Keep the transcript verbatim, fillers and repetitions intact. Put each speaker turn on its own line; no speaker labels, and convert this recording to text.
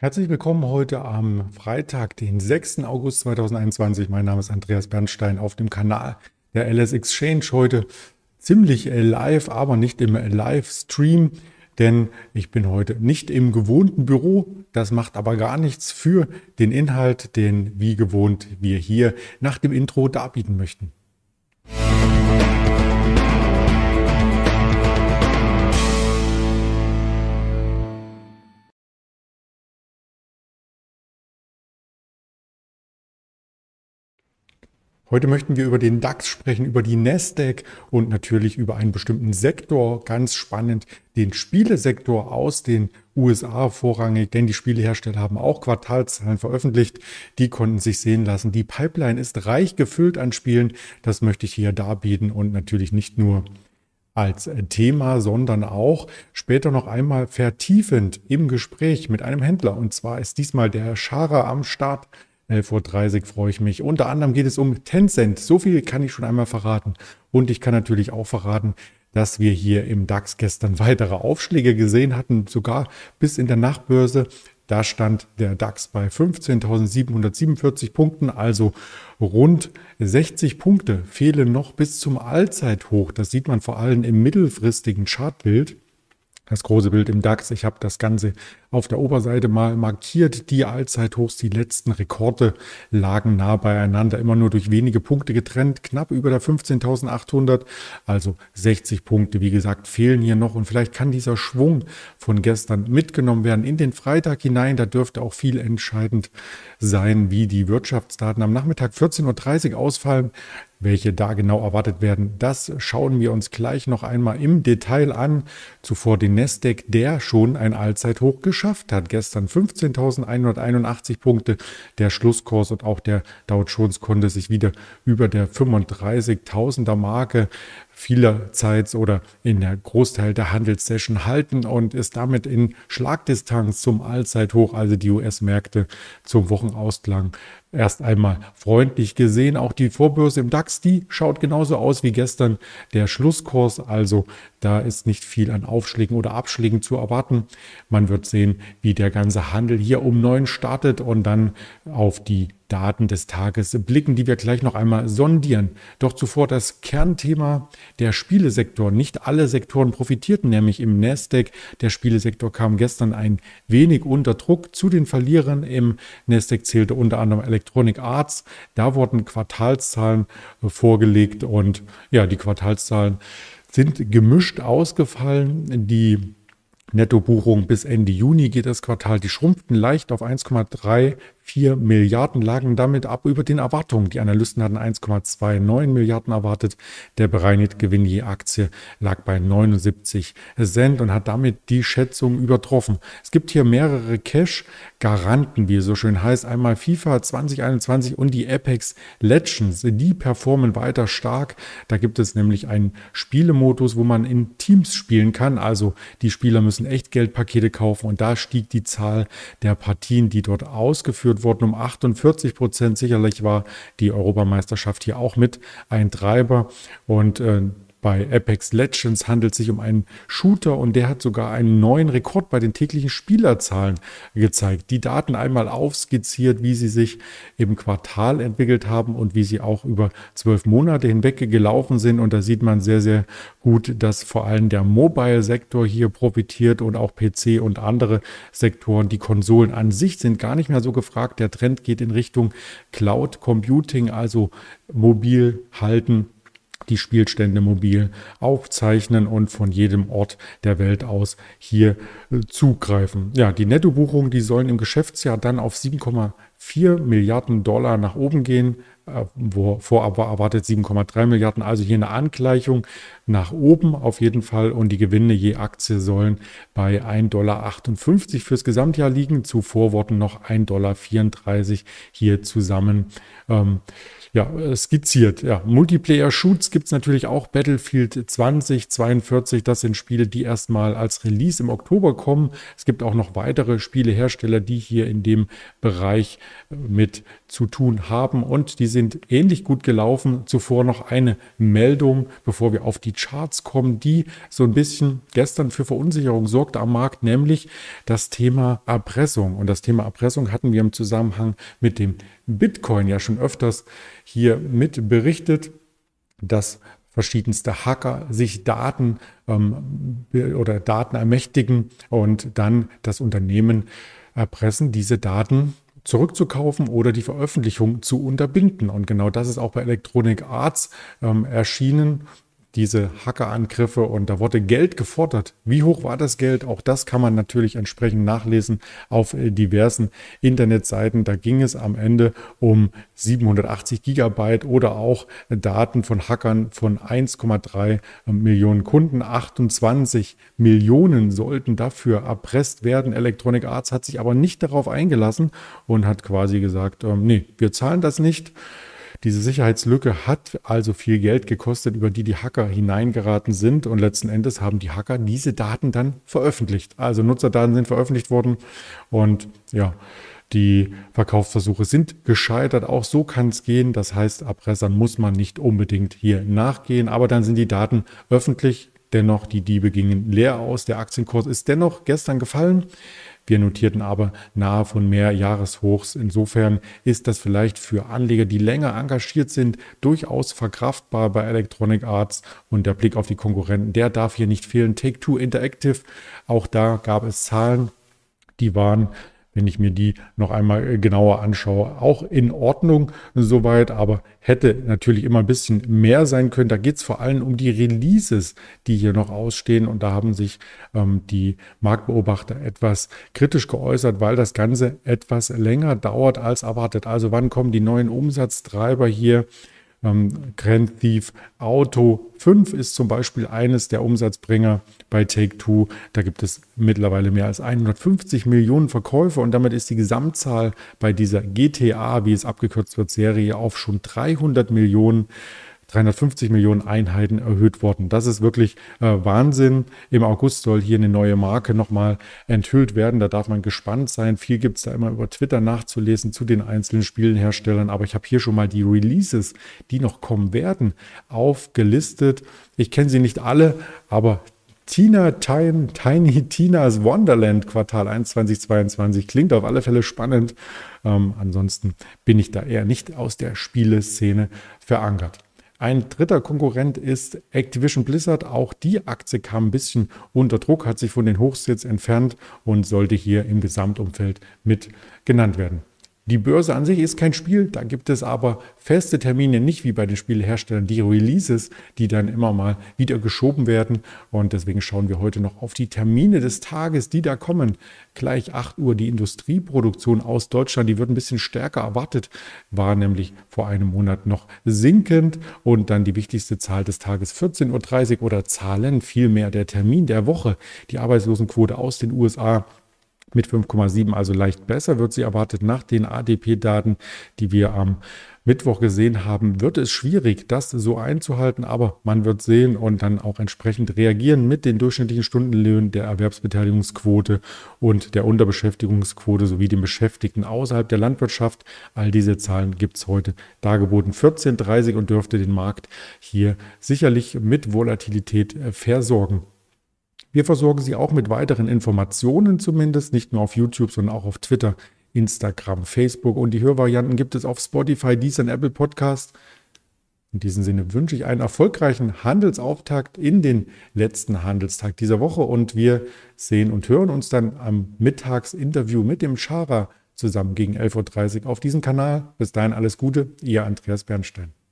Herzlich willkommen heute am Freitag, den sechsten August zweitausendeinundzwanzig. Mein Name ist Andreas Bernstein auf dem Kanal der L S Exchange. Heute ziemlich live, aber nicht im Livestream, denn ich bin heute nicht im gewohnten Büro. Das macht aber gar nichts für den Inhalt, den wie gewohnt wir hier nach dem Intro darbieten möchten. Heute möchten wir über den DAX sprechen, über die Nasdaq und natürlich über einen bestimmten Sektor. Ganz spannend, den Spielesektor aus den U S A vorrangig, denn die Spielehersteller haben auch Quartalszahlen veröffentlicht. Die konnten sich sehen lassen. Die Pipeline ist reich gefüllt an Spielen. Das möchte ich hier darbieten und natürlich nicht nur als Thema, sondern auch später noch einmal vertiefend im Gespräch mit einem Händler. Und zwar ist diesmal der Schara am Start. elf Uhr dreißig freue ich mich. Unter anderem geht es um Tencent. So viel kann ich schon einmal verraten. Und ich kann natürlich auch verraten, dass wir hier im DAX gestern weitere Aufschläge gesehen hatten, sogar bis in der Nachtbörse. Da stand der DAX bei fünfzehntausendsiebenhundertsiebenundvierzig Punkten, also rund sechzig Punkte fehlen noch bis zum Allzeithoch. Das sieht man vor allem im mittelfristigen Chartbild. Das große Bild im DAX, ich habe das Ganze auf der Oberseite mal markiert. Die Allzeithochs, die letzten Rekorde lagen nah beieinander, immer nur durch wenige Punkte getrennt, knapp über der fünfzehntausendachthundert, also sechzig Punkte, wie gesagt, fehlen hier noch. Und vielleicht kann dieser Schwung von gestern mitgenommen werden in den Freitag hinein. Da dürfte auch viel entscheidend sein, wie die Wirtschaftsdaten am Nachmittag vierzehn Uhr dreißig ausfallen. Welche da genau erwartet werden, das schauen wir uns gleich noch einmal im Detail an. Zuvor den Nasdaq, der schon ein Allzeithoch geschafft hat. Gestern fünfzehntausendeinhunderteinundachtzig Punkte. Der Schlusskurs und auch der Dow Jones konnte sich wieder über der fünfunddreißigtausender Marke vielerseits oder in der Großteil der Handelssession halten und ist damit in Schlagdistanz zum Allzeithoch, also die U S-Märkte zum Wochenausklang erst einmal freundlich gesehen. Auch die Vorbörse im DAX, die schaut genauso aus wie gestern. Der Schlusskurs, also da ist nicht viel an Aufschlägen oder Abschlägen zu erwarten. Man wird sehen, wie der ganze Handel hier um neun startet und dann auf die Daten des Tages blicken, die wir gleich noch einmal sondieren. Doch zuvor das Kernthema, der Spielesektor. Nicht alle Sektoren profitierten, nämlich im Nasdaq. Der Spielesektor kam gestern ein wenig unter Druck. Zu den Verlierern im Nasdaq zählte unter anderem Electronic Arts. Da wurden Quartalszahlen vorgelegt und ja, die Quartalszahlen sind gemischt ausgefallen. Die Nettobuchung bis Ende Juni geht das Quartal, die schrumpften leicht auf eins Komma vierunddreißig Milliarden, lagen damit ab über den Erwartungen. Die Analysten hatten eins Komma neunundzwanzig Milliarden erwartet. Der bereinigte Gewinn je Aktie lag bei neunundsiebzig Cent und hat damit die Schätzung übertroffen. Es gibt hier mehrere Cash-Garanten, wie es so schön heißt. Einmal FIFA zwanzig einundzwanzig und die Apex Legends. Die performen weiter stark. Da gibt es nämlich einen Spielemodus, wo man in Teams spielen kann. Also die Spieler müssen Echtgeldpakete kaufen und da stieg die Zahl der Partien, die dort ausgeführt wurden, um achtundvierzig Prozent. Sicherlich war die Europameisterschaft hier auch mit ein Treiber und äh, bei Apex Legends handelt es sich um einen Shooter und der hat sogar einen neuen Rekord bei den täglichen Spielerzahlen gezeigt. Die Daten einmal aufskizziert, wie sie sich im Quartal entwickelt haben und wie sie auch über zwölf Monate hinweg gelaufen sind. Und da sieht man sehr, sehr gut, dass vor allem der Mobile-Sektor hier profitiert und auch P C und andere Sektoren. Die Konsolen an sich sind gar nicht mehr so gefragt. Der Trend geht in Richtung Cloud Computing, also mobil halten, die Spielstände mobil aufzeichnen und von jedem Ort der Welt aus hier äh, zugreifen. Ja, die Nettobuchungen, die sollen im Geschäftsjahr dann auf sieben Komma vier Milliarden Dollar nach oben gehen, äh, wo vorab war erwartet sieben Komma drei Milliarden, also hier eine Angleichung nach oben auf jeden Fall und die Gewinne je Aktie sollen bei ein Komma achtundfünfzig Dollar fürs Gesamtjahr liegen. Zuvor wurden noch ein Komma vierunddreißig Dollar hier zusammen ähm, ja, skizziert. Ja, Multiplayer-Shoots gibt es natürlich auch. Battlefield zwanzig zweiundvierzig, das sind Spiele, die erstmal als Release im Oktober kommen. Es gibt auch noch weitere Spielehersteller, die hier in dem Bereich mit zu tun haben und die sind ähnlich gut gelaufen. Zuvor noch eine Meldung, bevor wir auf die Charts kommen, die so ein bisschen gestern für Verunsicherung sorgte am Markt, nämlich das Thema Erpressung. Und das Thema Erpressung hatten wir im Zusammenhang mit dem Bitcoin ja schon öfters hier mit berichtet, dass verschiedenste Hacker sich Daten ähm, oder Daten ermächtigen und dann das Unternehmen erpressen, diese Daten zurückzukaufen oder die Veröffentlichung zu unterbinden. Und genau das ist auch bei Electronic Arts ähm, erschienen, diese Hackerangriffe, und da wurde Geld gefordert. Wie hoch war das Geld? Auch das kann man natürlich entsprechend nachlesen auf diversen Internetseiten. Da ging es am Ende um siebenhundertachtzig Gigabyte oder auch Daten von Hackern von eins Komma drei Millionen Kunden. achtundzwanzig Millionen sollten dafür erpresst werden. Electronic Arts hat sich aber nicht darauf eingelassen und hat quasi gesagt, ähm, nee, wir zahlen das nicht. Diese Sicherheitslücke hat also viel Geld gekostet, über die die Hacker hineingeraten sind, und letzten Endes haben die Hacker diese Daten dann veröffentlicht. Also Nutzerdaten sind veröffentlicht worden und ja, die Verkaufsversuche sind gescheitert. Auch so kann es gehen. Das heißt, Erpressern muss man nicht unbedingt hier nachgehen, aber dann sind die Daten öffentlich. Dennoch, die Diebe gingen leer aus. Der Aktienkurs ist dennoch gestern gefallen. Wir notierten aber nahe von mehr Jahreshochs. Insofern ist das vielleicht für Anleger, die länger engagiert sind, durchaus verkraftbar bei Electronic Arts. Und der Blick auf die Konkurrenten, der darf hier nicht fehlen. Take-Two Interactive, auch da gab es Zahlen, die waren, wenn ich mir die noch einmal genauer anschaue, auch in Ordnung soweit, aber hätte natürlich immer ein bisschen mehr sein können. Da geht es vor allem um die Releases, die hier noch ausstehen, und da haben sich ähm, die Marktbeobachter etwas kritisch geäußert, weil das Ganze etwas länger dauert als erwartet. Also wann kommen die neuen Umsatztreiber hier? Ähm, Grand Theft Auto fünf ist zum Beispiel eines der Umsatzbringer bei Take-Two. Da gibt es mittlerweile mehr als hundertfünfzig Millionen Verkäufe, und damit ist die Gesamtzahl bei dieser G T A, wie es abgekürzt wird, Serie auf schon dreihundert Millionen dreihundertfünfzig Millionen Einheiten erhöht worden. Das ist wirklich äh, Wahnsinn. Im August soll hier eine neue Marke nochmal enthüllt werden. Da darf man gespannt sein. Viel gibt es da immer über Twitter nachzulesen zu den einzelnen Spielenherstellern. Aber ich habe hier schon mal die Releases, die noch kommen werden, aufgelistet. Ich kenne sie nicht alle, aber Tina, Tiny, Tiny Tina's Wonderland Quartal eins zweitausendzweiundzwanzig klingt auf alle Fälle spannend. Ähm, ansonsten bin ich da eher nicht aus der Spieleszene verankert. Ein dritter Konkurrent ist Activision Blizzard. Auch die Aktie kam ein bisschen unter Druck, hat sich von den Hochs jetzt entfernt und sollte hier im Gesamtumfeld mit genannt werden. Die Börse an sich ist kein Spiel, da gibt es aber feste Termine, nicht wie bei den Spieleherstellern, die Releases, die dann immer mal wieder geschoben werden. Und deswegen schauen wir heute noch auf die Termine des Tages, die da kommen. Gleich acht Uhr die Industrieproduktion aus Deutschland, die wird ein bisschen stärker erwartet, war nämlich vor einem Monat noch sinkend. Und dann die wichtigste Zahl des Tages vierzehn Uhr dreißig oder Zahlen, vielmehr der Termin der Woche, die Arbeitslosenquote aus den U S A. Mit fünf Komma sieben, also leicht besser wird sie erwartet. Nach den A D P-Daten, die wir am Mittwoch gesehen haben, wird es schwierig, das so einzuhalten, aber man wird sehen und dann auch entsprechend reagieren mit den durchschnittlichen Stundenlöhnen, der Erwerbsbeteiligungsquote und der Unterbeschäftigungsquote sowie den Beschäftigten außerhalb der Landwirtschaft. All diese Zahlen gibt es heute dargeboten vierzehn Uhr dreißig und dürfte den Markt hier sicherlich mit Volatilität versorgen. Wir versorgen Sie auch mit weiteren Informationen zumindest, nicht nur auf YouTube, sondern auch auf Twitter, Instagram, Facebook, und die Hörvarianten gibt es auf Spotify, Deezer und Apple Podcast. In diesem Sinne wünsche ich einen erfolgreichen Handelsauftakt in den letzten Handelstag dieser Woche, und wir sehen und hören uns dann am Mittagsinterview mit dem Schara zusammen gegen elf Uhr dreißig auf diesem Kanal. Bis dahin alles Gute, Ihr Andreas Bernstein.